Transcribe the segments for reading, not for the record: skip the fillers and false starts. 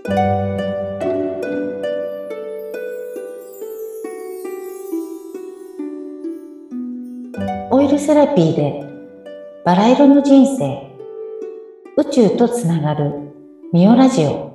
オイルセラピーでバラ色の人生、宇宙とつながるミオラジオ。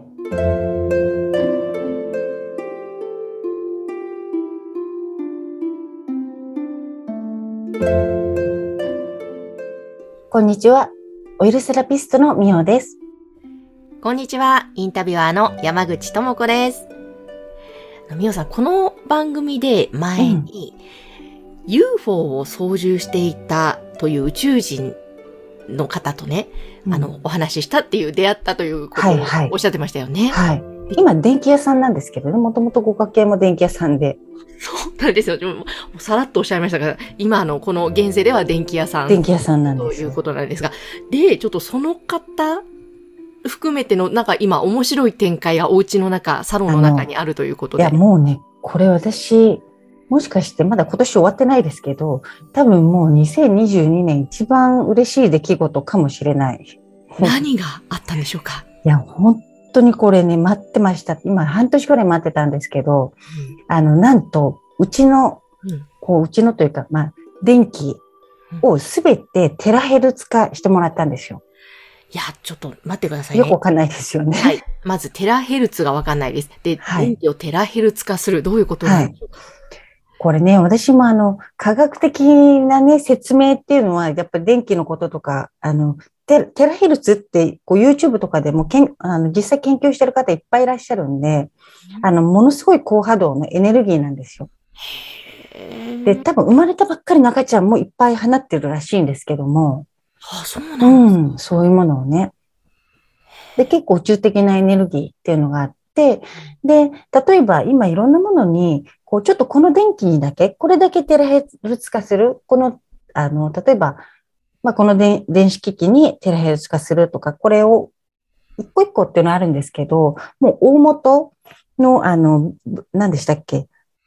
こんにちは、オイルセラピストのミオです。 こんにちは、インタビュアーの山口智子です。ミオさん、この番組で前に、UFO を操縦していたという宇宙人の方とね、お話ししたっていう出会ったということをおっしゃってましたよね。 はい。今、電気屋さんなんですけどね、もともとご家系も電気屋さんで。 そうなんですよ。もうさらっとおっしゃいましたが、今のこの現世では電気屋さん。 電気屋さんなんです。 ということなんですが。で、ちょっとその方、含めての、なんか今面白い展開がお家の中、サロンの中にあるということで。 いや、もうね、これ私、もしかしてまだ今年終わってないですけど、多分もう2022年一番嬉しい出来事かもしれない。 何があったんでしょうか？ いや、本当にこれね、待ってました。今、半年くらい待ってたんですけど、なんと、うちのというか、電気をすべてテラヘルツ化してもらったんですよ。 いや、ちょっと待ってくださいね。 よくわかんないですよね。 はい。まず、テラヘルツがわかんないです。で、電気をテラヘルツ化する。どういうことなんでしょうか？ これね、私も科学的なね、説明っていうのは、やっぱり電気のこととか、テラヘルツって、YouTube とかでも実際研究してる方いっぱいいらっしゃるんで、ものすごい高波動のエネルギーなんですよ。で、多分生まれたばっかりの赤ちゃんもいっぱい放ってるらしいんですけども。 そうなんです。 そういうものをね。で、結構宇宙的なエネルギーっていうのがあって、で、例えば今いろんなものに、ちょっとこの電気にだけ、これだけテラヘルツ化する、例えば、この電子機器にテラヘルツ化するとか、これを一個一個っていうのはあるんですけど、もう大元の、何でしたっけ？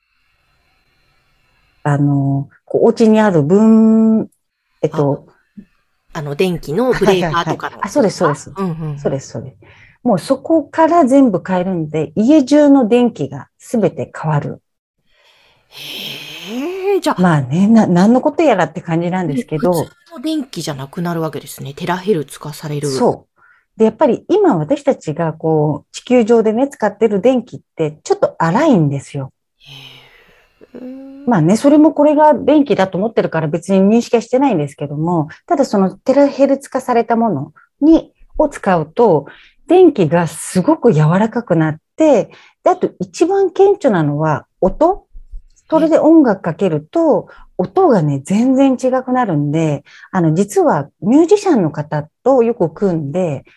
お家にある電気のブレーカーとかの。 そうです。そうです。もうそこから全部変えるんで、家中の電気がすべて変わる。 じゃあ。 まあね、何のことやらって感じなんですけど。 普通の電気じゃなくなるわけですね。テラヘルツ化される。 そう。で、やっぱり今私たちが地球上でね、使ってる電気ってちょっと荒いんですよ。まあね、それもこれが電気だと思ってるから別に認識はしてないんですけども、ただそのテラヘルツ化されたものを使うと、電気がすごく柔らかくなって、で、あと一番顕著なのは音。それで音楽かけると、音がね、全然違くなるんで、実はミュージシャンの方とよく組んで、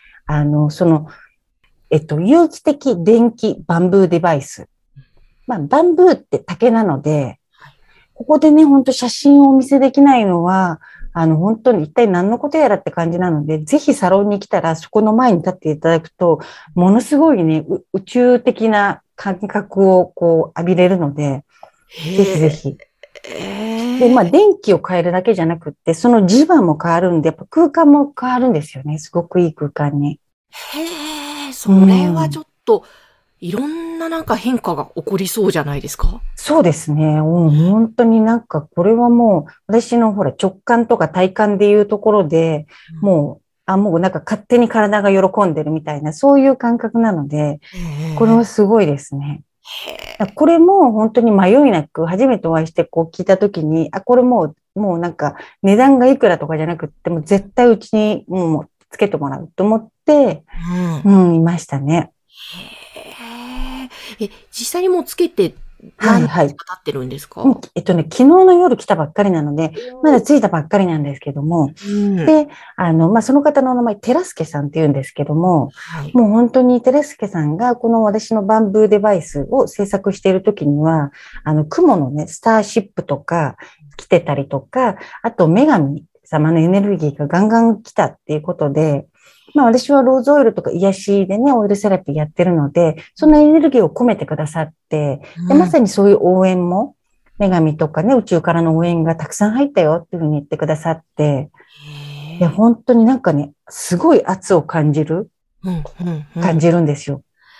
有機的電気バンブーデバイス。バンブーって竹なので、ここでね、本当写真をお見せできないのは、本当に一体何のことやらって感じなので、ぜひサロンに来たらそこの前に立っていただくと、ものすごいね、宇宙的な感覚を浴びれるので、ぜひぜひ。で、電気を変えるだけじゃなくって、その磁場も変わるんで、やっぱ空間も変わるんですよね。すごくいい空間に。 それはちょっと、いろんななんか変化が起こりそうじゃないですか？ そうですね。本当になんかこれはもう、私の直感とか体感でいうところで、もうなんか勝手に体が喜んでるみたいな、そういう感覚なので、これはすごいですね。これも本当に迷いなく初めてお会いして聞いたときに、これもうなんか値段がいくらとかじゃなくって、もう絶対うちにもうつけてもらうと思って、いましたね。 実際にもうつけて何日か経ってるんですか？ 昨日の夜来たばっかりなので、まだ着いたばっかりなんですけども、で、その方のお名前、寺助さんって言うんですけども、もう本当に寺助さんがこの私のバンブーデバイスを制作しているときには、雲のね、スターシップとか来てたりとか、あと女神様のエネルギーがガンガン来たっていうことで、私はローズオイルとか癒しでね、オイルセラピーやってるので、そのエネルギーを込めてくださって、で、まさにそういう応援も、女神とかね、宇宙からの応援がたくさん入ったよっていうふうに言ってくださって、いや、本当になんかね、すごい圧を感じるんですよ。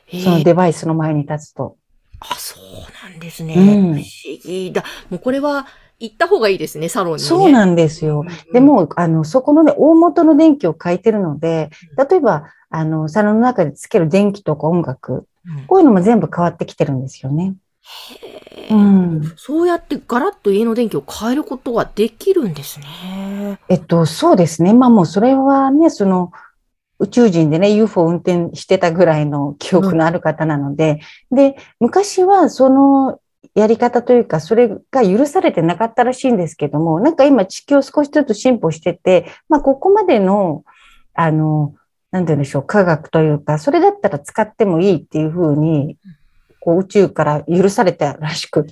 そのデバイスの前に立つと。 そうなんですうね。不ん。 思議だ。もうこれは行った方がいいですね、サロンにね。 そうなんですよ。でうんも、そこのね、大元の電気を変えてるので、例えば、サロンの中でつける電気とか音楽、 うん。 こういうのも全部変わってきてるんですよね。うへえ。 ん。 そうやってガラッと家の電気を変えることができるんですね。 そうですね。まあもうそれはね、宇宙人でね、UFO を運転してたぐらいの記うん。 憶のある方なので、で、昔はそのやり方というか、それが許されてなかったらしいんですけども、なんか今地球少しずつ進歩してて、まあここまでの、あの、なんて言うんでしょう、科学というか、それだったら使ってもいいっていうふうに、こう宇宙から許されたらしくって、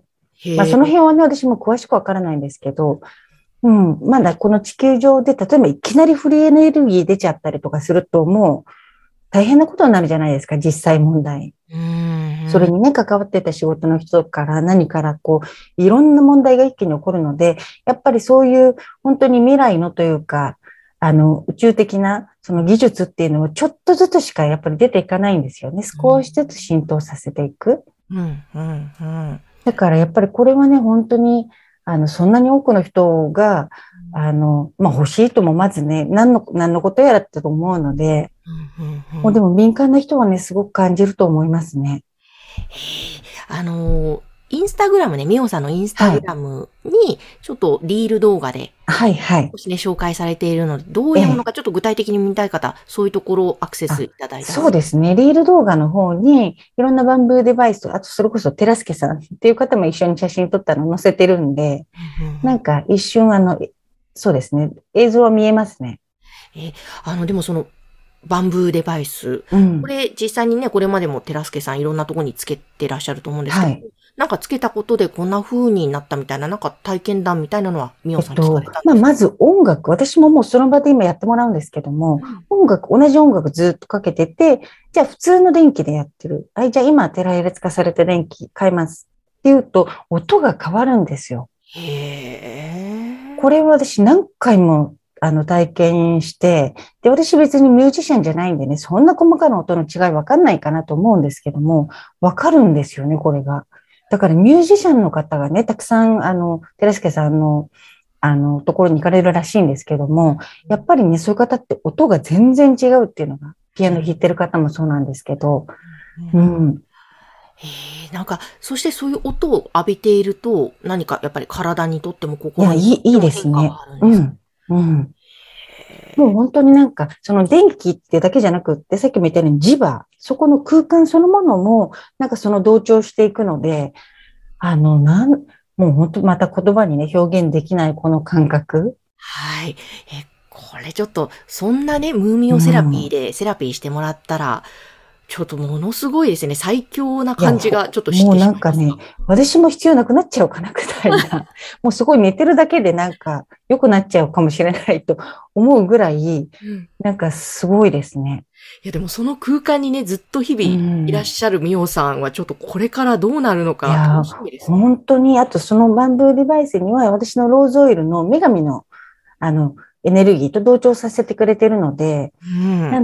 まあへえ。 その辺はね、私も詳しくわからないんですけど、うん、まだこの地球上で、例えばいきなりフリーエネルギー出ちゃったりとかすると、もう大変なことになるじゃないですか、実際問題。 うん、うん。 それにね、関わってた仕事の人から何からこう、いろんな問題が一気に起こるので、やっぱりそういう本当に未来のというか、宇宙的なその技術っていうのはちょっとずつしかやっぱり出ていかないんですよね。少しずつ浸透させていく。 うん、うん、うん。 だからやっぱりこれはね、本当に、そんなに多くの人が、まあ、欲しいともまずね、何のことやらってと思うので、 うん、うん、うん。 もうでも敏感な人はね、すごく感じると思いますね。 あの、インスタグラムね、ミオさんのインスタはい。 グラムに、ちょっとリール動画ではい、はい。 少しね、紹介されているので、どうええ。 いうものかちょっと具体的に見たい方、そういうところをアクセスいあ、 ただいたら。 そうですね。リール動画の方に、いろんなバンブーデバイス、あとそれこそテラスケさんっていう方も一緒に写真撮ったの載せてるんで、 うんうんうん。 なんか一瞬そうですね。映像は見えますね。 え、でもその、バンブーデバイス。 うん。 これ実際にね、これまでもテラスケさんいろんなところにつけてらっしゃると思うんですけど、 はい。 なんかつけたことでこんな風になったみたいな、なんか体験談みたいなのは、ミオさん聞かれたんまあ、 ですか？ まず音楽。私ももうその場で今やってもらうんですけども、 うん。 同じ音楽ずっとかけてて、じゃあ普通の電気でやってる。はい、じゃあ今テラヘルツ化された電気変えますっていうと、音が変わるんですよ。 へこれえ。 は私何回も体験して、で、私別にミュージシャンじゃないんでね、そんな細かな音の違いわかんないかなと思うんですけども、わかるんですよね、これが。だからミュージシャンの方がね、たくさん、寺助さんのところに行かれるらしいんですけども、やっぱりね、そういう方って音が全然違うっていうのが、ピアノ弾いてる方もそうなんですけど、 うん。 うん。 なんか、そしてそういう音を浴びていると、何かやっぱり体にとってもいや、 心にとっていいも変化ですね。 があるんですか？ うん。うん。もう本当になんか、その電気ってだけじゃなくって、さっきも言ったように磁場、そこの空間そのものも、なんかその同調していくので、もう本当また言葉にね、表現できないこの感覚。 はい。これちょっと、そんなね、ムーミうオセラピーん。 でセラピーしてもらったら、ちょっとものすごいですね。最強ないや、 感じがちょっとしもうてなんかね、 しまいますが。 私も必要なくなっちゃうかなくらいな、もうすごい寝てるだけでなんか良くなっちゃうかもしれないと思うぐらい、 うん。 なんかすごいですね。 いやでもその空間にね、ずっと日う 々いらっん。 しゃるミオさんはちょっとこれからどうなるのか楽いや、 しみですね。 本当に、あとそのバンブーデバイスには私のローズオイルの女神のあの、エネルギーと同調させてくれてるので、 うん。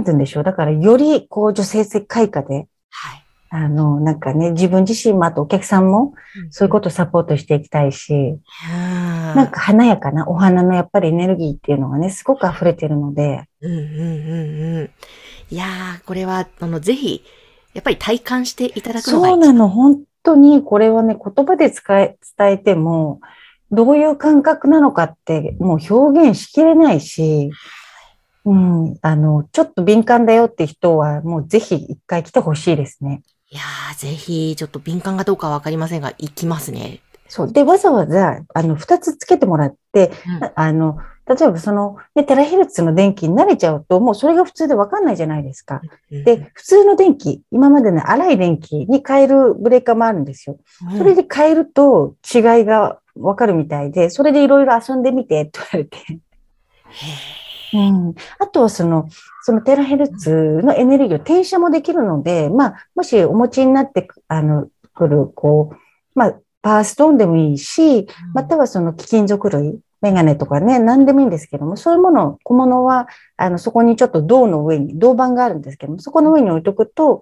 なんて言うんでしょう。だから、より、こう、女性性開花で、 はい。 なんかね、自分自身も、あとお客さんも、 うんうん。 そういうことをサポートしていきたいし、なんあか華やかなお花のやっぱりエネルギーっていうのがね、すごく溢れてるので、 うんうんうんうん。いやー、これは、ぜひ、やっぱり体感していただくのが一番。 そうなの、本当に、これはね、言葉で伝えても、どういう感覚なのかって、もう表現しきれないし、うん、ちょっと敏感だよって人は、もうぜひ一回来てほしいですね。 いやー、ぜひ、ちょっと敏感かどうかわかりませんが、行きますね。 そう。で、わざわざ、二つつけてもらって、 うん。 例えばね、テラヘルツの電気に慣れちゃうと、もうそれが普通でわかんないじゃないですか。で、普通の電気、今までの荒い電気に変えるブレーカーもあるんですよ。それうん。 で変えると違いがわかるみたいで、それでいろいろ遊んでみてって言われて。うん。あとはそのテラヘルツのエネルギーを転写もできるので、まあ、もしお持ちになってくる、こう、まあ、パワーストーンでもいいし、またはその貴金属類、メガネとかね、何でもいいんですけども、そういうもの、小物は、そこにちょっと銅の上に、銅板があるんですけども、そこの上に置いとくと、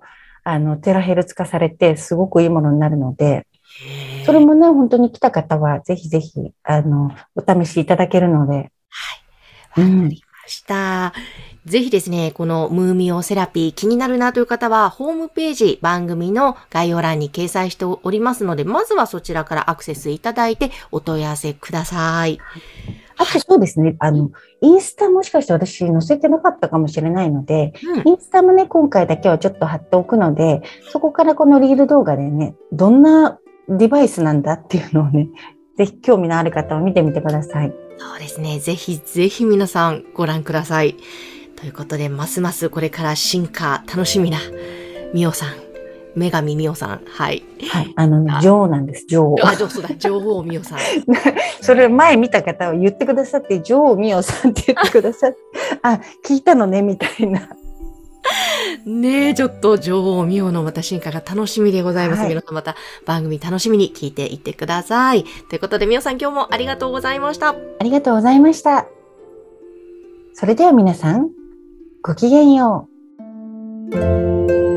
テラヘルツ化されて、すごくいいものになるので、それもね、本当に来た方は、ぜひぜひ、お試しいただけるので。 はい。わかりました。ぜひですね、このムーミオセラピー気になるなという方は、ホームページ、番組の概要欄に掲載しておりますので、まずはそちらからアクセスいただいて、お問い合わせください。 あとそうですね、インスタもしかして私載せてなかったかもしれないので、インスタもね、今回だけはちょっと貼っておくので、そこからこのリール動画でね、どんなデバイスなんだっていうのをね、ぜひ興味のある方は見てみてください。 そうですね。ぜひぜひ皆さんご覧ください。ということで、ますますこれから進化楽しみなミオさん。女神ミオさん。はい。 はい。女王なんです、女王。 そうだ、女王ミオさん。 それ前見た方は言ってくださって、女王ミオさんって言ってくださって、あ、聞いたのね、みたいな。 ねえ、ちょっと女王ミオのまた進化が楽しみでございます。 はい、 皆さんまた番組楽しみに聞いていってください。ということで、ミオさん今日もありがとうございました。 ありがとうございました。それでは皆さん、ごきげんよう。